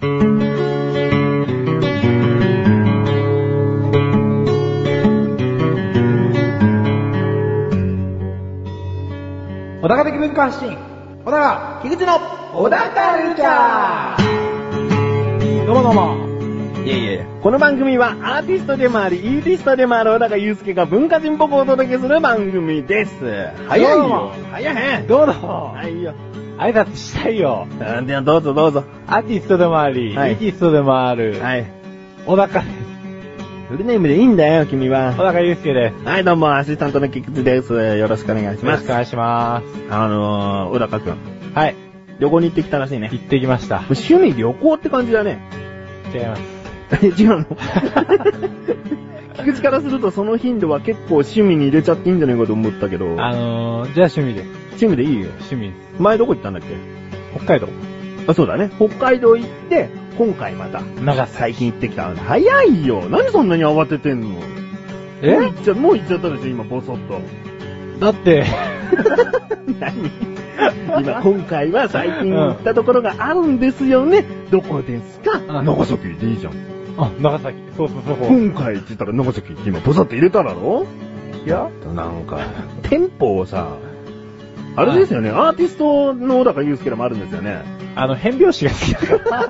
小高的文化発信、小高、菊池の小高カルチャー。どうもどうも。 いやいやいや、この番組はアーティストでもあり、イーティストでもある小高祐介が文化人っぽくお届けする番組です。早いどうもよ。早い。 どうも。 はいよ。 挨拶したいよ。 ではどうぞどうぞ。 アーティストでもあり、 はいイーティストでもある、 はい。 小高です。 フルネームでいいんだよ、君は。 小高祐介です。 はい、どうも、アシスタントの菊池です。よろしくお願いします。 よろしくお願いします。 小高くん、 はい。 旅行に行ってきたらしいね。 行ってきました。 趣味旅行って感じだね。 違います。 違うの菊池からするとその頻度は結構趣味に入れちゃっていいんじゃないかと思ったけど。 じゃあ趣味で。 趣味でいいよ。 趣味。 前どこ行ったんだっけ？ 北海道。 あ、そうだね。北海道行って、今回また。 長崎。 最近行ってきた。早いよ。何そんなに慌ててんの？もう行っちゃったでしょ、今、ボソッと。 だって、 何今回は最近行ったところがあるんですよね。どこですか？長崎でいいじゃん。 あ、長崎。そう。 今回って言ったら長崎って今、ボソッと入れただろ？ いやなんか、テンポをさ、あれですよね、アーティストの小高祐介でもあるんですよね。 変拍子が好きだから。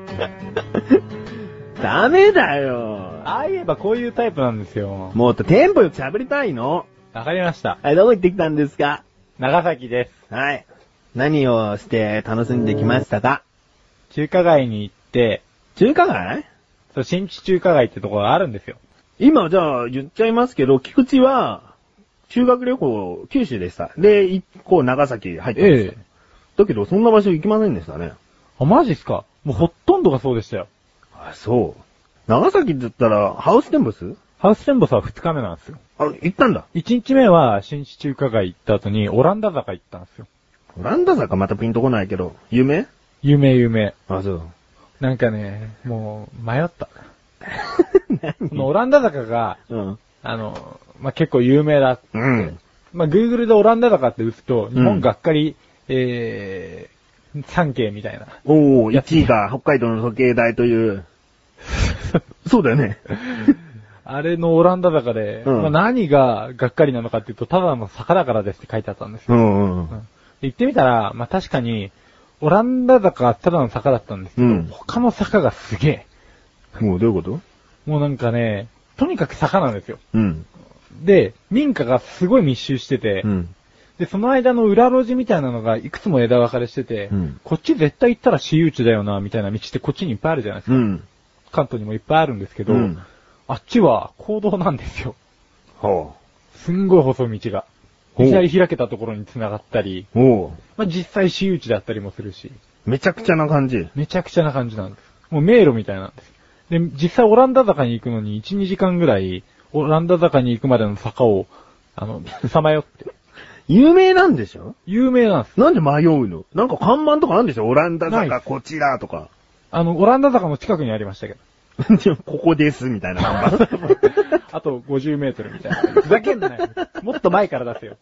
ダメだよ。 ああ言えばこういうタイプなんですよ。 もっとテンポよく喋りたいの。 わかりました。 はい、どこ行ってきたんですか？ 長崎です。 はい。何をして楽しんできましたか？ 中華街に行って、 中華街？ そう、新地中華街ってところがあるんですよ。 今じゃあ言っちゃいますけど、菊池は、修学旅行、九州でした。で、長崎入ってました。だけど、そんな場所行きませんでしたね。 あ、マジっすか？もうほとんどがそうでしたよ。 あ、そう。長崎って言ったら、ハウステンボス？ ハウステンボスは2日目なんですよ。 あ、行ったんだ。 1日目は新地中華街行った後に、オランダ坂行ったんですよ。 オランダ坂またピンとこないけど、有名？ 有名。 あ、そう。 なんかね、もう、迷った。このオランダ坂が、結構有名だって。 うん。 Google でオランダ坂って打つと、日本がっかり、3景みたいな。 おー、1位が北海道の時計台という。そうだよね。 あれのオランダ坂で、何ががっかりなのかっていうと、ただの坂だからですって書いてあったんですよ。行ってみたら、確かに、オランダ坂はただの坂だったんですけど、他の坂がすげえ。 もうどういうこと？ もうなんかね、とにかく坂なんですよ。 うん。 で、民家がすごい密集してて、で、その間の裏路地みたいなのがいくつも枝分かれしてて、こっち絶対行ったら私有地だよな、みたいな道ってこっちにいっぱいあるじゃないですか。関東にもいっぱいあるんですけど、あっちは公道なんですよ。すんごい細い道が。いきなり開けたところに繋がったり、実際私有地だったりもするし。 めちゃくちゃな感じ。 めちゃくちゃな感じなんです。もう迷路みたいなんです。で、実際オランダ坂に行くのに1、2時間ぐらい、オランダ坂に行くまでの坂を、さまよって。 有名なんでしょ？ 有名なんです。 なんで迷うの？なんか看板とかあるんでしょ？オランダ坂こちらとか。 オランダ坂の近くにありましたけど。 ここですみたいな看板。 あと50メートルみたいな。ふざけんなよ。もっと前から出せよ。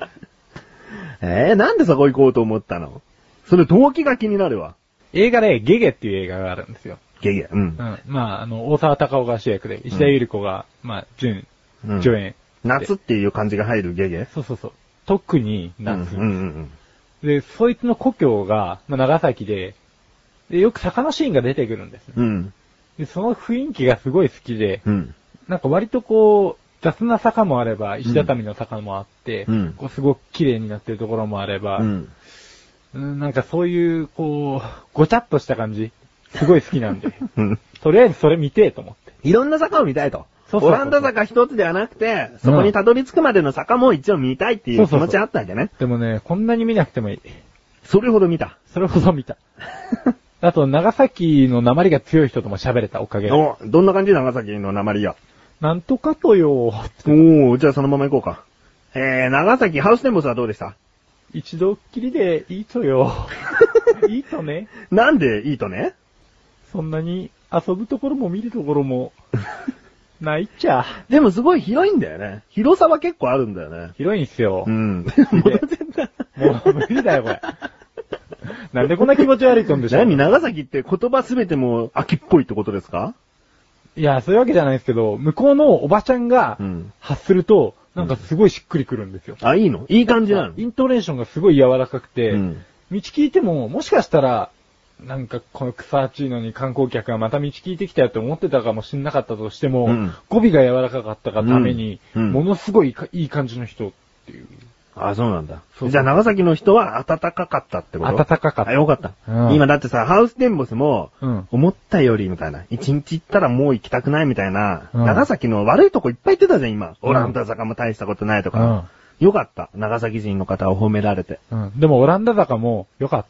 なんでそこ行こうと思ったの？それ動機が気になるわ。 映画でゲゲっていう映画があるんですよ。 ゲゲ。 大沢たかおが主役で、石田ゆり子が、助演。 夏っていう感じが入るゲゲ？ そう。特に夏。で、そいつの故郷が、長崎で、よく坂のシーンが出てくるんです。で、その雰囲気がすごい好きで、なんか割と雑な坂もあれば、石畳の坂もあって、すごく綺麗になってるところもあれば、なんかそういう、ごちゃっとした感じ、すごい好きなんで、とりあえずそれ見てと思って。 いろんな坂を見たいと。オランダ坂一つではなくて、そこにたどり着くまでの坂も一応見たいっていう気持ちあったわけね。 でもね、こんなに見なくてもいい。 それほど見た。 あと、長崎の訛りが強い人とも喋れたおかげで。 どんな感じ長崎の訛りや。 なんとかとよ。 じゃあそのまま行こうか。長崎ハウステンボスはどうでした？ 一度っきりでいいとよ。いいとね。 なんでいいとね？ そんなに遊ぶところも見るところも、ないっちゃ。 でもすごい広いんだよね。広さは結構あるんだよね。 広いんすよ。 もう無理だよ、これ。 なんでこんな気持ち悪いとんでしょう。 何、長崎って言葉すべても秋っぽいってことですか？ いや、そういうわけじゃないですけど、向こうのおばちゃんが発すると、なんかすごいしっくりくるんですよ。 あ、いいの？いい感じなの？ イントネーションがすごい柔らかくて、道聞いても、もしかしたら、なんかこの草暑いのに観光客がまた道聞いてきたよって思ってたかもしんなかったとしても、語尾が柔らかかったがために、ものすごいいい感じの人っていう。 あ、そうなんだ。じゃあ長崎の人は暖かかったってこと？ 暖かかった。 あ、よかった。今だってさ、ハウステンボスも、思ったよりみたいな。一日行ったらもう行きたくないみたいな、長崎の悪いとこいっぱい言ってたじゃん、今。オランダ坂も大したことないとか。よかった。長崎人の方を褒められて。 でもオランダ坂もよかった。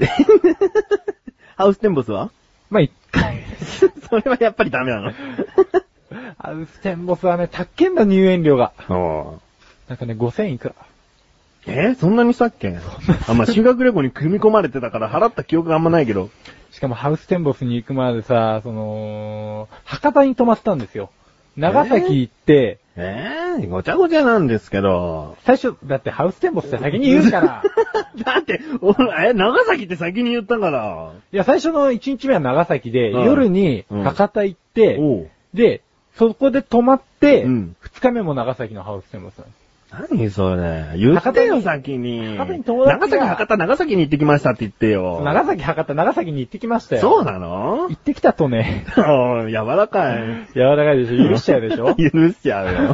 ハウステンボスは？ まあ、一回。 それはやっぱりダメなの。 ハウステンボスはね、高っんだ入園料が。なんかね、5000いくら。 そんなにしたっけ？まあ、修学旅行に組み込まれてたから払った記憶があんまないけど。 しかもハウステンボスに行くまでさ、博多に泊まったんですよ。長崎行って、 ごちゃごちゃなんですけど。 最初、だってハウステンボスって先に言うから。 だって、長崎って先に言ったから。 いや、最初の1日目は長崎で、夜に博多行って、で、そこで泊まって、2日目も長崎のハウステンボスなんです。 何それ。言ってよ、先に。 博多に友達が。 長崎、博多、長崎に行ってきましたって言ってよ。 長崎、博多、長崎に行ってきましたよ。 そうなの？ 行ってきたとね。 柔らかい。 柔らかいでしょ。許しちゃうでしょ。 許しちゃうよ。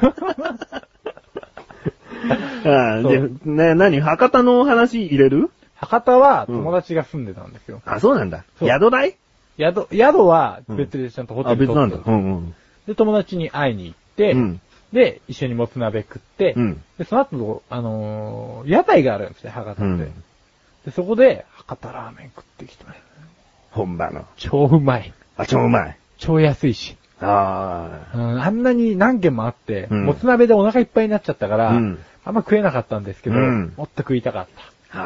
で、何？博多の話入れる？ 博多は友達が住んでたんですよ。 あ、そうなんだ。宿代？ 宿は別でちゃんとホテル取って。 別なんだ。 で、友達に会いに行って、で、一緒にもつ鍋食って、で、その後、屋台があるんですよ、博多って。で、そこで、博多ラーメン食ってきた。 本場の。 超うまい。 あ、超うまい。 超安いし。あんなに何軒もあって、もつ鍋でお腹いっぱいになっちゃったから、あんま食えなかったんですけど、もっと食いたかった。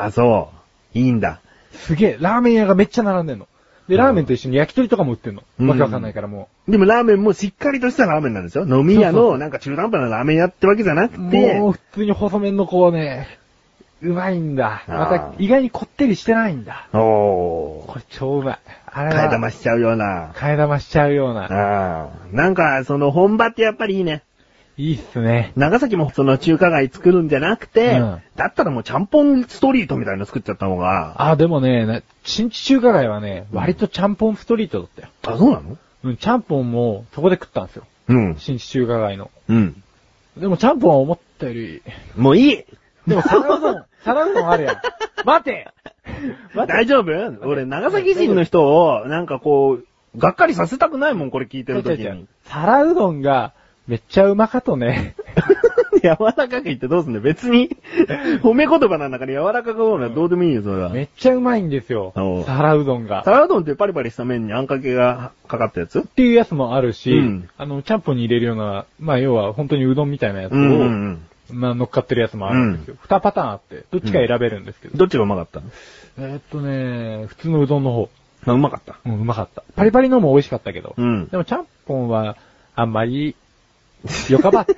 あ、そう。いいんだ。 すげえ、ラーメン屋がめっちゃ並んでんの。で、ラーメンと一緒に焼き鳥とかも売ってんの。わけわかんないからもう。でもラーメンもしっかりとしたラーメンなんですよ。飲み屋のなんか中途半端なラーメン屋ってわけじゃなくて。 もう普通に細麺のこうね、うまいんだ。また意外にこってりしてないんだ。これ超うまい。あれは。 替え玉しちゃうような。 替え玉しちゃうような。 なんかその本場ってやっぱりいいね。 いいっすね。 長崎もその中華街作るんじゃなくて、だったらもうちゃんぽんストリートみたいなの作っちゃった方が。 でもね、新地中華街はね、割とちゃんぽんストリートだったよ。 あ、そうなの？ ちゃんぽんもそこで食ったんですよ。新地中華街の。でもちゃんぽんは思ったより。 もういい！ でも皿うどんあるやん。待て大丈夫？俺長崎人の人をなんかこう、がっかりさせたくないもん、これ聞いてる時に。 皿うどんが、めっちゃうまかとね。 柔らかく言ってどうすんだよ。別に、褒め言葉なんだから柔らかく言うのはどうでもいいよ、それは。 めっちゃうまいんですよ。皿うどんが。 皿うどんってパリパリした麺にあんかけがかかったやつっていうやつもあるし、ちゃんぽんに入れるような、まあ要は本当にうどんみたいなやつを、まあ乗っかってるやつもあるんですよ。2パターンあって、どっちか選べるんですけど。 どっちがうまかったの？ 普通のうどんの方。 うまかった。 うまかった。パリパリのも美味しかったけど。でもちゃんぽんは、あんまり、よかばって。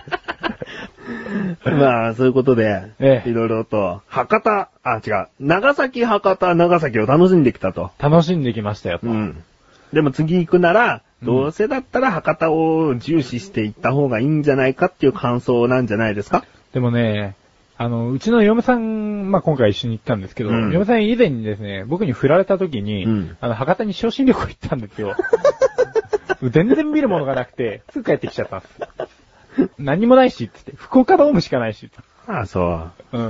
まあ、そういうことで、いろいろと、長崎、博多、長崎を楽しんできたと。 楽しんできましたよと。 でも次行くなら、どうせだったら博多を重視していった方がいいんじゃないかっていう感想なんじゃないですか？ でもね、うちの嫁さん、まあ、今回一緒に行ったんですけど、嫁さん以前にですね、僕に振られた時に、博多に昇進旅行行ったんですよ。全然見るものがなくて、すぐ帰ってきちゃったんです。何もないし、つって。福岡ドームしかないし。 ああ、そう。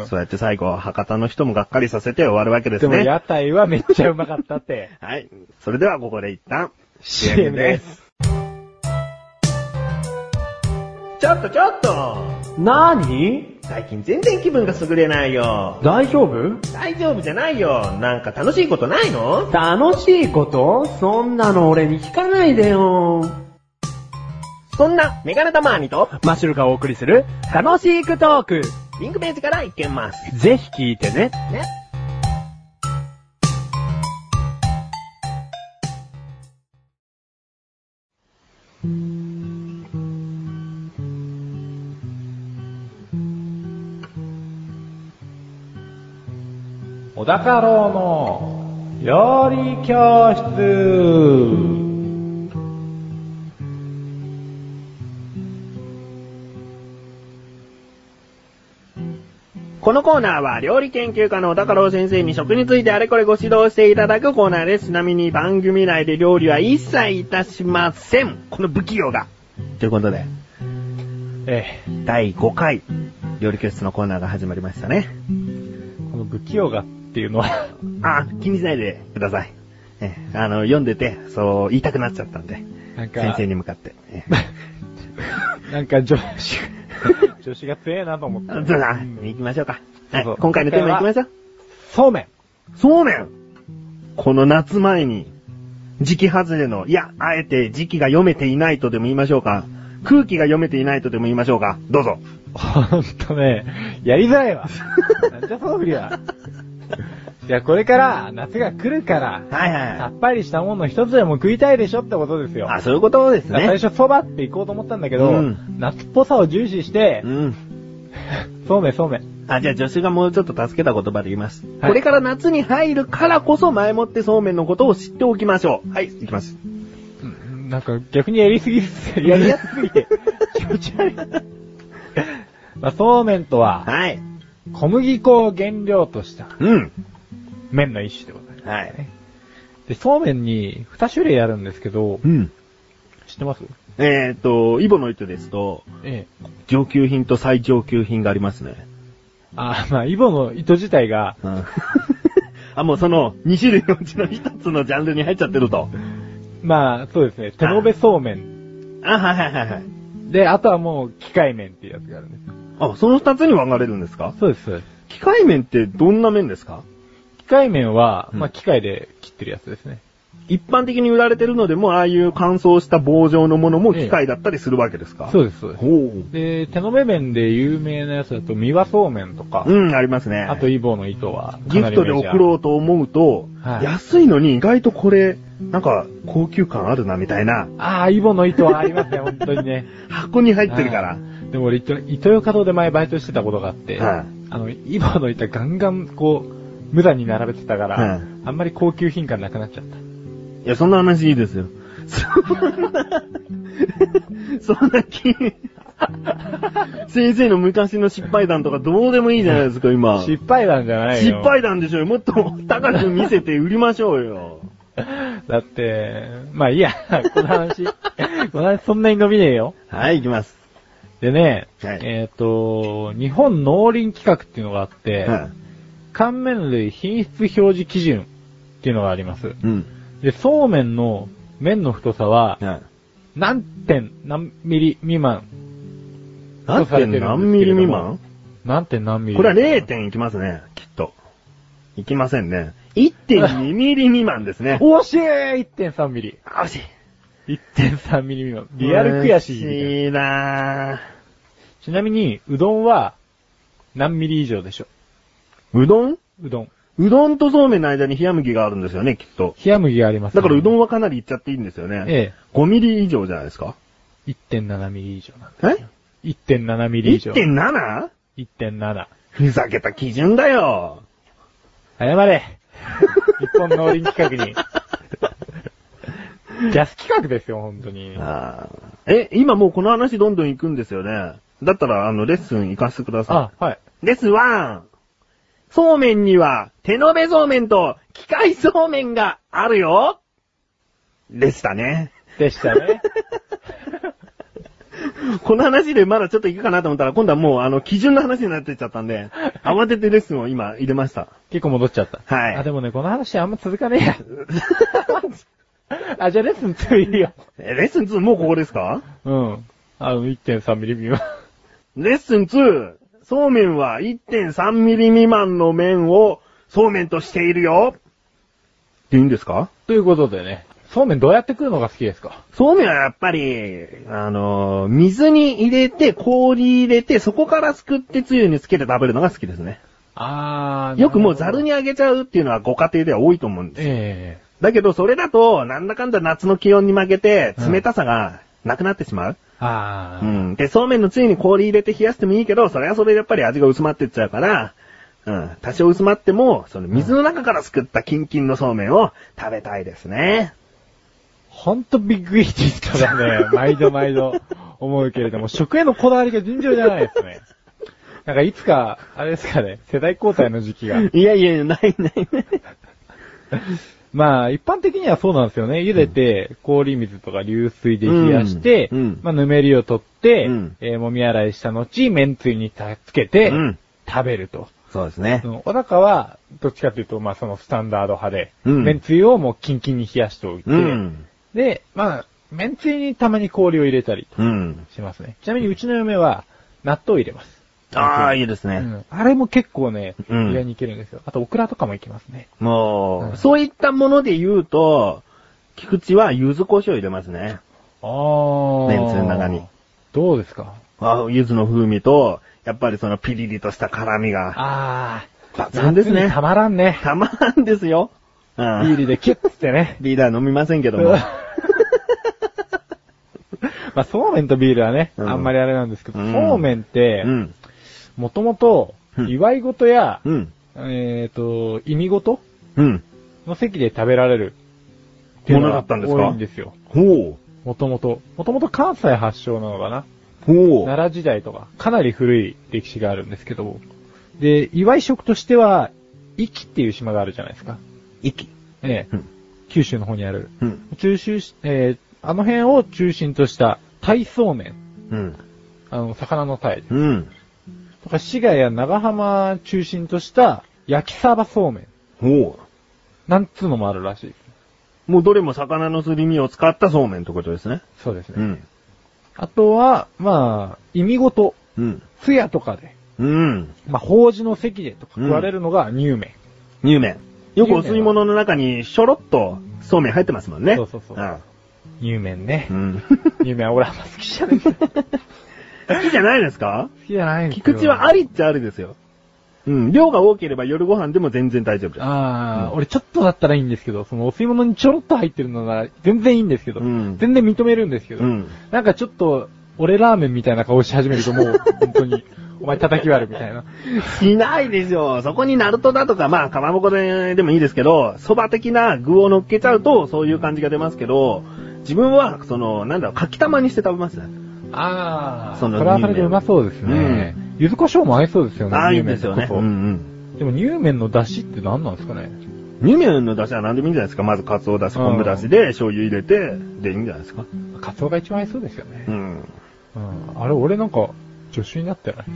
そうやって最後、博多の人もがっかりさせて終わるわけですね。 でも屋台はめっちゃうまかったって。 はい。それではここで一旦、 CM です。 ちょっと何？ 最近全然気分が優れないよ。 大丈夫？ 大丈夫じゃないよ。なんか楽しいことないの？ 楽しいこと？そんなの俺に聞かないでよ。 そんなメガネタマーニとマッシュルがお送りする楽しいクトーク。 リンクページから行けます。 ぜひ聞いてね。 小高郎の料理教室。 このコーナーは料理研究家の小高郎先生に食についてあれこれご指導していただくコーナーです。ちなみに番組内で料理は一切いたしません。この不器用が。ということで、第5回料理教室のコーナーが始まりましたね。 この不器用がっていうのは気にしないでください。読んでてそう言いたくなっちゃったんで、先生に向かって。 なんか女子が強いなと思って。 行きましょうか。はい、今回のテーマ行きましょう。 そうめん。 そうめん。この夏前に、時期外れの、あえて時期が読めていないとでも言いましょうか。空気が読めていないとでも言いましょうか。どうぞ。 ほんとね、やりづらいわ。なんじゃそのふりは。いや、これから夏が来るから、さっぱりしたもの一つでも食いたいでしょってことですよ。 そういうことですね。 最初そばって行こうと思ったんだけど、夏っぽさを重視して、そうめん。 じゃあ助手がもうちょっと助けた言葉で言います。これから夏に入るからこそ前もってそうめんのことを知っておきましょう。はい、行きます。 なんか逆にやりやすすぎて、気持ち悪い。そうめんとは、小麦粉を原料とした、麺の一種でございます。で、そうめんに2種類あるんですけど、知ってます？ イボの糸ですと、上級品と最上級品がありますね。 イボの糸自体が、 もうその2種類のうちの1つのジャンルに入っちゃってると。 そうですね。手延べそうめん。で、あとはもう機械麺っていうやつがあるんです。 その2つに分かれるんですか？ そうです。 機械麺ってどんな麺ですか？ 機械麺は、機械で切ってるやつですね。 一般的に売られてるのでも、ああいう乾燥した棒状のものも機械だったりするわけですか？ そうです。で、手延べ麺で有名なやつだと、三輪そうめんとか。 ありますね。 あと、イボの糸は。 ギフトで送ろうと思うと、安いのに意外とこれ、なんか、高級感あるな、みたいな。 イボの糸はありますね、本当にね。 箱に入ってるから。 でも俺、糸魚川堂で前バイトしてたことがあって、イボの糸ガンガン無駄に並べてたから、あんまり高級品感なくなっちゃった。 いや、そんな話いいですよ。そんな先生の昔の失敗談とかどうでもいいじゃないですか、今。 失敗談じゃないよ。 失敗談でしょ。もっと高く見せて売りましょうよ。 だって、いいや、この話そんなに伸びねえよ。 はい、行きます。 でね、日本農林規格っていうのがあって、乾麺類品質表示基準っていうのがあります。で、そうめんの麺の太さは、何ミリ未満とされてるんですけれども。 何ミリ未満？ 何ミリ？ これは 0. 点いきますね、きっと。いきませんね。1.2 ミリ未満ですね。 惜しい !1.3 ミリ。 惜しい。 1.3 ミリ未満。リアル悔しい。 惜しいなぁ。 ちなみに、うどんは何ミリ以上でしょう？うどんとそうめんの間に冷麦があるんですよね、きっと。 冷麦がありますね。 だからうどんはかなりいっちゃっていいんですよね。5ミリ以上じゃないですか？ 1.7 ミリ以上なんです。 1.7 ミリ以上。 1.7？ 1.7。 ふざけた基準だよ。 謝れ。日本農林規格に。ギャス規格ですよ、本当に。 今もうこの話どんどん行くんですよね。だったら、レッスン行かせてください。レッスン1。そうめんには、手延べそうめんと、機械そうめんがあるよ。でしたね。この話でまだちょっと行くかなと思ったら、今度はもう基準の話になってっちゃったんで、慌ててレッスンを今入れました。 結構戻っちゃった。でもね、この話あんま続かねえや。じゃあレッスン2いいよ。 レッスン2もうここですか ？1.3 ミリ未満。 レッスン2。そうめんは 1.3 ミリ未満の麺をそうめんとしているよ。っていいんですか？ ということでね。そうめんどうやって食うのが好きですか？ そうめんはやっぱり、水に入れて、氷入れて、そこからすくってつゆにつけて食べるのが好きですね。よくもうザルにあげちゃうっていうのはご家庭では多いと思うんです。だけどそれだと、なんだかんだ夏の気温に負けて、冷たさがなくなってしまう。で、そうめんのつゆに氷入れて冷やしてもいいけど、それはそれでやっぱり味が薄まってっちゃうから、 多少薄まっても、その水の中からすくったキンキンのそうめんを食べたいですね。 ほんとビッグイーティーからね、毎度毎度思うけれども、食へのこだわりが尋常じゃないですね。なんかいつか、あれですかね、世代交代の時期が。 いやいや、ない。 まあ、一般的にはそうなんですよね。茹でて、氷水とか流水で冷やして、まあ、ぬめりを取って、揉み洗いした後、麺つゆにつけて、食べると。 そうですね。 小高は、どっちかというと、まあ、そのスタンダード派で、麺つゆをもうキンキンに冷やしておいて、で、まあ、麺つゆにたまに氷を入れたりしますね。ちなみにうちの嫁は、納豆を入れます。 ああ、いいですね。 あれも結構ね、意外にいけるんですよ。あと、オクラとかもいけますね。 もう、そういったもので言うと、菊池は柚子胡椒入れますね。麺つゆの中に。 どうですか？ 柚子の風味と、やっぱりそのピリリとした辛味が。抜群ですね。 たまらんね。 たまらんですよ。 ビールでキュッってね。 ビールは飲みませんけども。 まあ、そうめんとビールはね、あんまりあれなんですけど、そうめんって、もともと、祝い事や、意味事の席で食べられるものだったんですか？ 多いんですよ。もともと関西発祥なのかな？奈良時代とか、かなり古い歴史があるんですけど、で、祝い食としては、壱岐っていう島があるじゃないですか。 壱岐。 九州の方にある。あの辺を中心とした鯛そうめん。魚の鯛。とか、滋賀や長浜中心とした焼きサバそうめん。なんつうのもあるらしいです。 もうどれも魚のすり身を使ったそうめんってことですね。 そうですね。あとは、まあ、意味ごと。通夜とかで。まあ、法事の席でとか食われるのが乳麺。 乳麺。よくお吸い物の中にしょろっとそうめん入ってますもんね。 そう。乳麺ね。乳麺は俺あんま好きじゃない。 好きじゃないですか？ 好きじゃないんですよ。 菊池はありっちゃありですよ。量が多ければ夜ご飯でも全然大丈夫です。 俺ちょっとだったらいいんですけど、そのお吸い物にちょろっと入ってるのなら全然いいんですけど、全然認めるんですけど、なんかちょっと、俺ラーメンみたいな顔し始めるともう、本当に、お前叩き割るみたいな。 しないですよ。そこにナルトだとか、まあ、かまぼこでもいいですけど、蕎麦的な具を乗っけちゃうと、そういう感じが出ますけど、自分は、かき玉にして食べますね。 それはそれでうまそうですね。柚子胡椒も合いそうですよね。 いいですよね。 でも乳麺の出汁って何なんですかね？ 乳麺の出汁は何でもいいんじゃないですか。まずカツオ出汁、昆布出汁で醤油入れて、でいいんじゃないですか。 カツオが一番合いそうですよね。あれ、俺なんか、助手になってない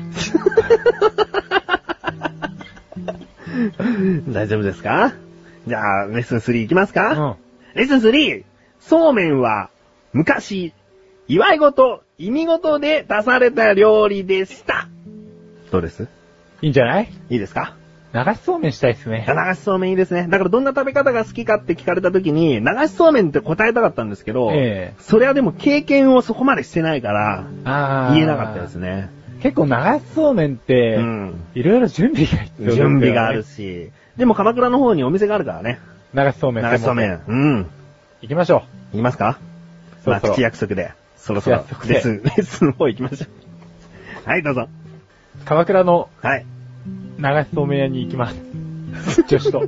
大丈夫ですか？じゃあ、レッスン3いきますか？レッスン 3! そうめんは、昔、祝い事、意味事で出された料理でした。どうです？ いいんじゃない？ いいですか？ 流しそうめんしたいですね。 流しそうめんいいですね。だからどんな食べ方が好きかって聞かれた時に、流しそうめんって答えたかったんですけど、それはでも経験をそこまでしてないから、言えなかったですね。 結構流しそうめんって、いろいろ準備が必要ですよね。 準備があるし。でも鎌倉の方にお店があるからね。 流しそうめん。 流しそうめん。 行きましょう。行きますか？まあ、口約束で。そろそろレッスンの方行きましょう。はい、どうぞ。 鎌倉の、 はい。 流しそうめん屋に行きます。女子と。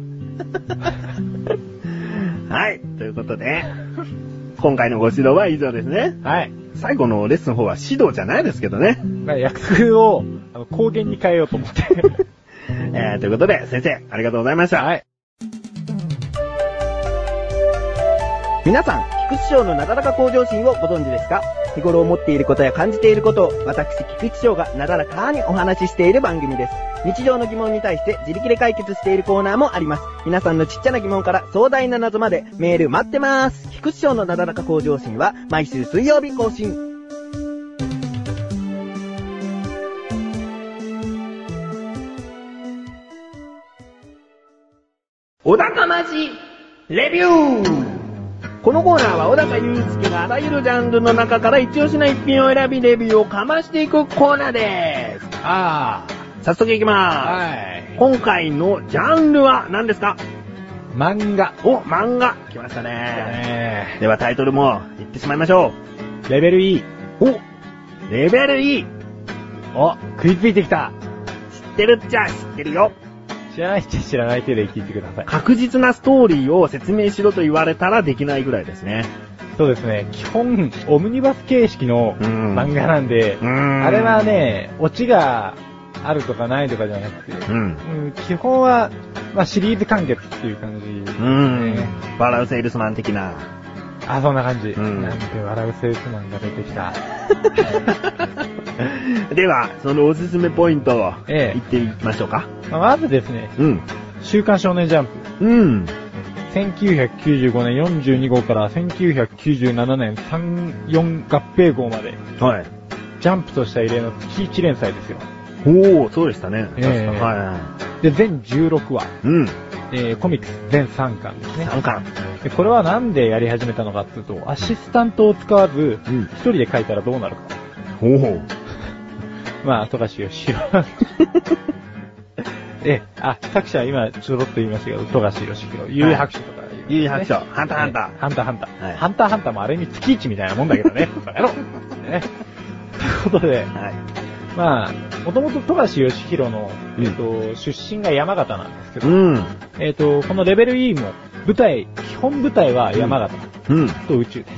はい。ということで、今回のご指導は以上ですね。 はい。 最後のレッスンの方は指導じゃないですけどね。 約束を公言に変えようと思って。 ということで、先生、ありがとうございました。 はい。 皆さん、菊池翔のなだらか向上心をご存知ですか？日頃思っていることや感じていることを、私、菊池翔がなだらかにお話ししている番組です。日常の疑問に対して自力で解決しているコーナーもあります。皆さんのちっちゃな疑問から壮大な謎までメール待ってます。菊池翔のなだらか向上心は毎週水曜日更新。 小高ましレビュー。このコーナーは小高祐介があらゆるジャンルの中から一押しの一品を選びレビューをかましていくコーナーです。早速いきまーす。今回のジャンルは何ですか？ 漫画。 漫画。来ましたね。ではタイトルも言ってしまいましょう。レベル E。 レベル E。 食いついてきた。 知ってるっちゃ知ってるよ。 知らないっちゃ知らない手で聞いてください。 確実なストーリーを説明しろと言われたらできないぐらいですね。 そうですね。基本、オムニバス形式の漫画なんで、あれはね、オチがあるとかないとかじゃなくて、基本は、まあ、シリーズ完結っていう感じですね。 笑うセールスマン的な。 あ、そんな感じ。なんて笑うセールスマンが出てきた。 では、そのおすすめポイントを言っていきましょうか。 まずですね、週刊少年ジャンプ。1995年42号から1997年34合併号まで。はい。ジャンプとした異例の月1連載ですよ。 おー、そうでしたね。 はい。で、全16話。コミックス全3巻ですね。 3巻。 で、これはなんでやり始めたのかっていうと、アシスタントを使わず、一人で書いたらどうなるか。まあ、富樫義弘。作者は今ちょろっと言いましたけど、富�‌義弘、幽遊白書とか、 幽遊白書、ハンターハンター。 ハンターハンター。ハンターハンターもある意味月1みたいなもんだけどね。やろね。ということで、まあ、もともと富樫義弘の、出身が山形なんですけど、このレベル E も、基本舞台は山形と宇宙です。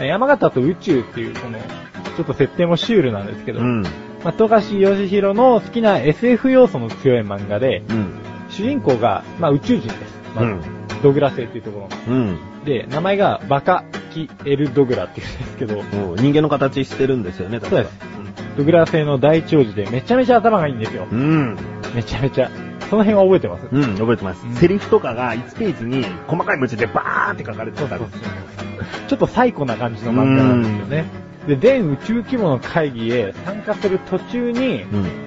山形と宇宙っていう、この、ちょっと設定もシュールなんですけど、まあ、富樫義弘の好きな SF 要素の強い漫画で、主人公が、まあ、宇宙人です。ドグラ星っていうところの。で、名前がバカキエルドグラっていうんですけど、 人間の形してるんですよね、 そうです。ドグラ星の大長寿でめちゃめちゃ頭がいいんですよ。めちゃめちゃ。その辺は覚えてます？ 覚えてます。セリフとかが1ページに細かい文字でバーって書かれてたんです。 ちょっとサイコな感じの漫画なんですよね。で、全宇宙規模の会議へ参加する途中に、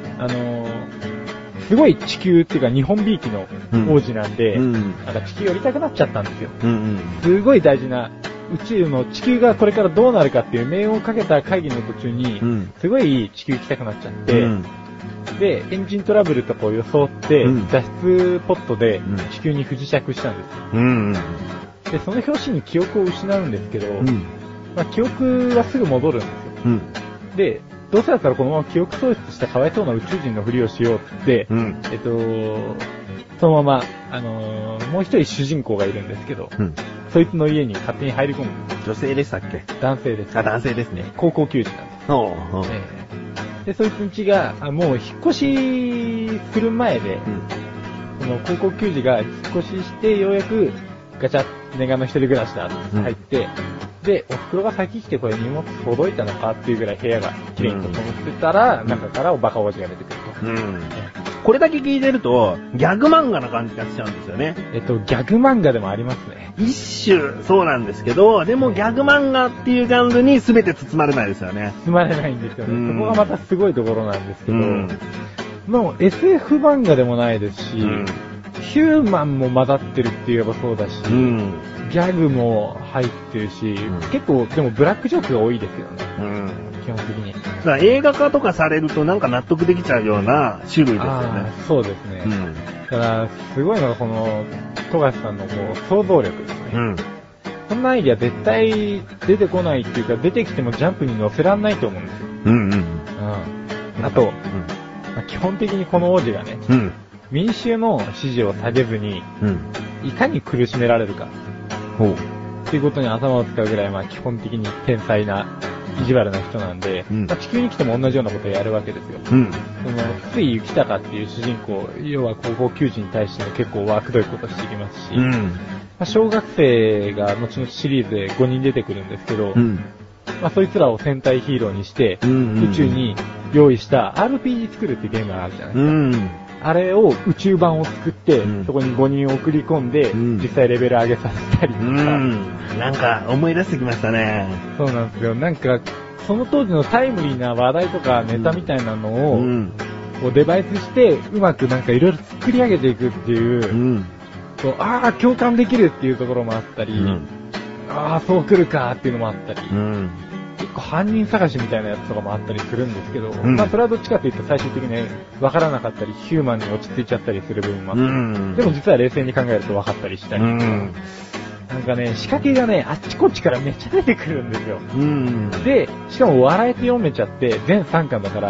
すごい地球っていうか日本びいきの王子なんで、なんか地球寄りたくなっちゃったんですよ。すごい大事な宇宙の地球がこれからどうなるかっていう命運をかけた会議の途中に、すごい地球行きたくなっちゃって、で、エンジントラブルとかを装って、脱出ポットで地球に不時着したんですよ。で、その拍子に記憶を失うんですけど、まあ、記憶はすぐ戻るんですよ。で、どうせだったらこのまま記憶喪失したかわいそうな宇宙人のふりをしようって言って、そのまま、もう一人主人公がいるんですけど、そいつの家に勝手に入り込む。 女性でしたっけ？ 男性です。 男性ですね。 高校球児なんです。で、そいつん家が、もう引っ越しする前で、その高校球児が引っ越ししてようやくガチャッ、念願の一人暮らしだって入って、で、お袋が先来てこれ荷物届いたのかっていうぐらい部屋が綺麗に整ってたら、中からバカ王子が出てくると。 これだけ聞いてると、ギャグ漫画な感じがしちゃうんですよね。 ギャグ漫画でもありますね。 一種、そうなんですけど、でもギャグ漫画っていうジャンルに全て包まれないですよね。 包まれないんですよね。そこがまたすごいところなんですけど、もう SF 漫画でもないですし、ヒューマンも混ざってるって言えばそうだし、ギャグも入ってるし、結構でもブラックジョークが多いですよね。基本的に。 映画化とかされるとなんか納得できちゃうような種類ですよね。 そうですね。だからすごいのがこの富樫さんのこう想像力ですね。こんなアイディア絶対出てこないっていうか、出てきてもジャンプに載せらんないと思うんですよ。あと、基本的にこの王子がね、民衆の支持を下げずに、いかに苦しめられるか。っていうことに頭を使うぐらい、基本的に天才な、意地悪な人なんで、地球に来ても同じようなことをやるわけですよ。その、つい雪高っていう主人公、要は高校球児に対しても結構悪どいことしてきますし、小学生が後々シリーズで5人出てくるんですけど、そいつらを戦隊ヒーローにして、宇宙に用意した RPG 作るっていうゲームがあるじゃないですか。あれを宇宙版を作って、そこに5人送り込んで、実際レベル上げさせたりとか。 なんか思い出してきましたね。 そうなんですよ。なんか、その当時のタイムリーな話題とかネタみたいなのを、こうデバイスして、うまくなんかいろいろ作り上げていくっていう、共感できるっていうところもあったり、そう来るかっていうのもあったり、結構犯人探しみたいなやつとかもあったりするんですけど、それはどっちかというと最終的に分からなかったり、ヒューマンに落ち着いちゃったりする部分もあって、でも実は冷静に考えると分かったりしたり、なんかね、仕掛けがね、あっちこっちからめっちゃ出てくるんですよ。で、しかも笑えて読めちゃって、全3巻だから、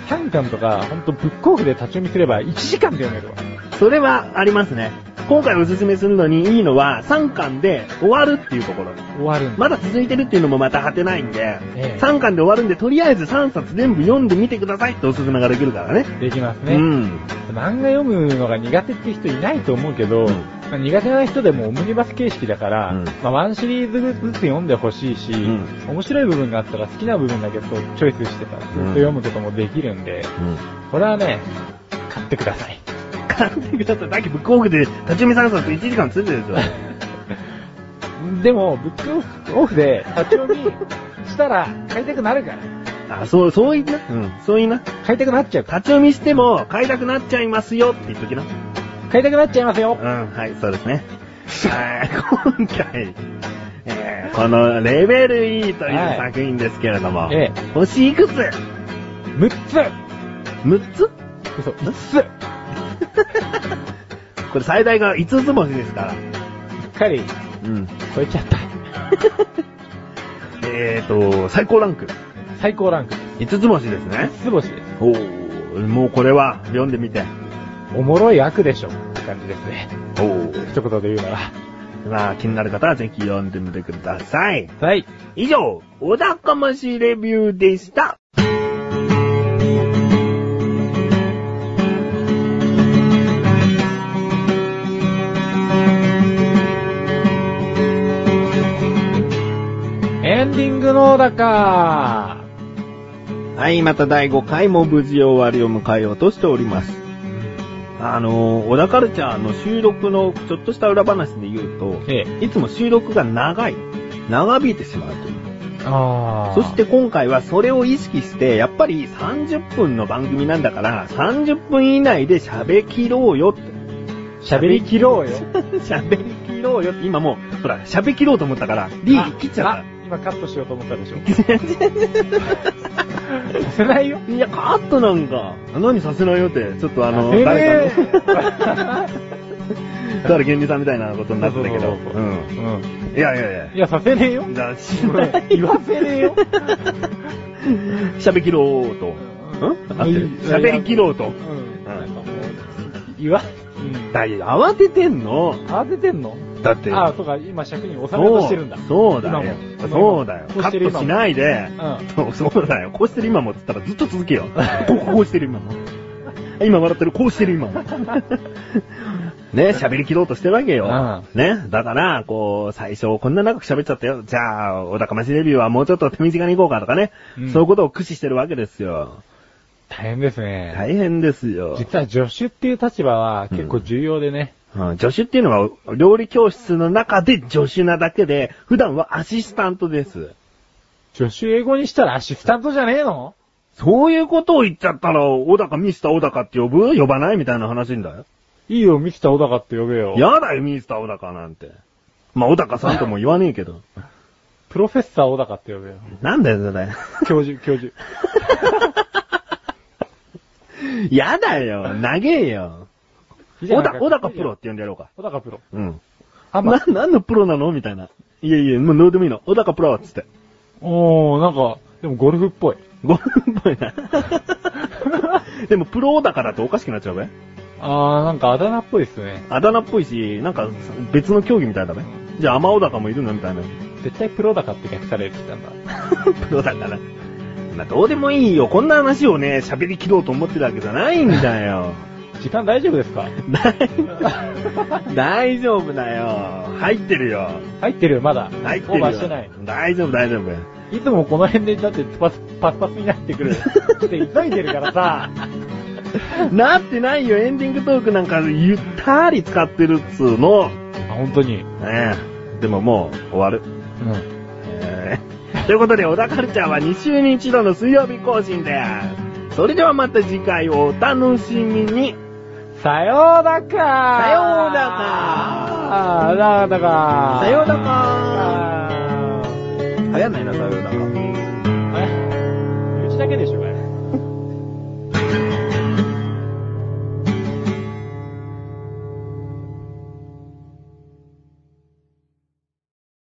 3巻とか、ほんとブックオフで立ち読みすれば1時間で読めるわ。 それはありますね。今回おすすめするのにいいのは、3巻で終わるっていうところ。 終わるんだ。 まだ続いてるっていうのもまた果てないんで、3巻で終わるんで、とりあえず3冊全部読んでみてくださいっておすすめができるからね。 できますね。 うん。 漫画読むのが苦手って人いないと思うけど、まあ、苦手な人でもオムニバス形式だから、まあ、ワンシリーズずつ読んでほしいし、面白い部分があったら好きな部分だけチョイスしてたらずっと読むこともできるんで、これはね、買ってください。 買ってください。だけどブックオフで立ち読み3冊1時間ついてるんですよ。 でも、ブックオフで立ち読みしたら買いたくなるから。 あ、そう言いな。そう言いな。 買いたくなっちゃう。 立ち読みしても買いたくなっちゃいますよって言っときな。 買いたくなっちゃいますよ。 はい、そうですね。今回、このレベル E という作品ですけれども、星いくつ ?6 つ !6 つ嘘、5つこれ最大が5つ星ですから。 しっかり、超えちゃった。 最高ランク。 最高ランク。 5つ星ですね。 5つ星です。 もうこれは読んでみて。 おもろい悪でしょって感じですね。一言で言うなら。 まあ、気になる方はぜひ読んでみてください。 はい。 以上、おだかましレビューでした。 エンディングのだか。 はい、また第5回も無事終わりを迎えようとしております。小田カルチャーの収録のちょっとした裏話で言うと、いつも収録が長引いてしまうという。そして今回はそれを意識して、やっぱり30分の番組なんだから、30分以内で喋り切ろうよって。 喋り切ろうよ喋り切ろうよって、今もう、ほら、喋り切ろうと思ったから、リー切っちゃった。 今カットしようと思ったでしょ。させないよ。 いや、カットなんか。何させないよって、ちょっと誰原理さんみたいなことになってたけど。いや。 いや、させねえよ。言わせねえよ。 喋り切ろうと。喋り切ろうと。慌ててんの？だって。 そうか、今尺に収めようとしてるんだ。 そうだよ。カットしないで。そうだよ。こうしてる今もって言ったらずっと続けよ。こうしてる今も。今笑ってる、こうしてる今も。ね、喋り切ろうとしてるわけよ。ね、だから、最初こんな長く喋っちゃったよ。じゃあ、おだかましレビューはもうちょっと手短に行こうかとかね。そういうことを駆使してるわけですよ。 大変ですね。 大変ですよ。 実は助手っていう立場は結構重要でね。 助手っていうのは料理教室の中で助手なだけで、普段はアシスタントです。 助手英語にしたらアシスタントじゃねえの？ そういうことを言っちゃったら、ミスター小高って呼ばないみたいな話んだよ。 いいよ、ミスター小高って呼べよ。 やだよ、ミスター小高なんて。まあ、小高さんとも言わねえけど。 プロフェッサー小高って呼べよ。 なんだよ、それ。 教授。 やだよ、長えよ。小高プロって呼んでやろうか。 小高プロ。 何のプロなのみたいな。いや、もうどうでもいいの。小高プロっつって。 なんか、でもゴルフっぽい。 ゴルフっぽいな。でもプロ小高だとおかしくなっちゃうべ。 なんかあだ名っぽいっすね。 あだ名っぽいし、なんか別の競技みたいだべ。じゃあ甘小高もいるのみたいな。 絶対プロ高って略される人なんだ。 プロだから。まあ、どうでもいいよ。こんな話をね、喋り切ろうと思ってるわけじゃないんだよ。 時間大丈夫ですか？ 大丈夫だよ。入ってるよ。 入ってるよ、まだ。 入ってるよ。 オーバーしてない。 大丈夫。 いつもこの辺でだってパスになってくるって急いでるからさ。 なってないよ。エンディングトークなんかゆったり使ってるっつうの。 本当に。 でももう終わる。ということで、小田カルチャーは2週に1度の水曜日更新です。それではまた次回をお楽しみに。 さようだかさようだかさようだか流行んないな、さようだか。 うちだけでしょ。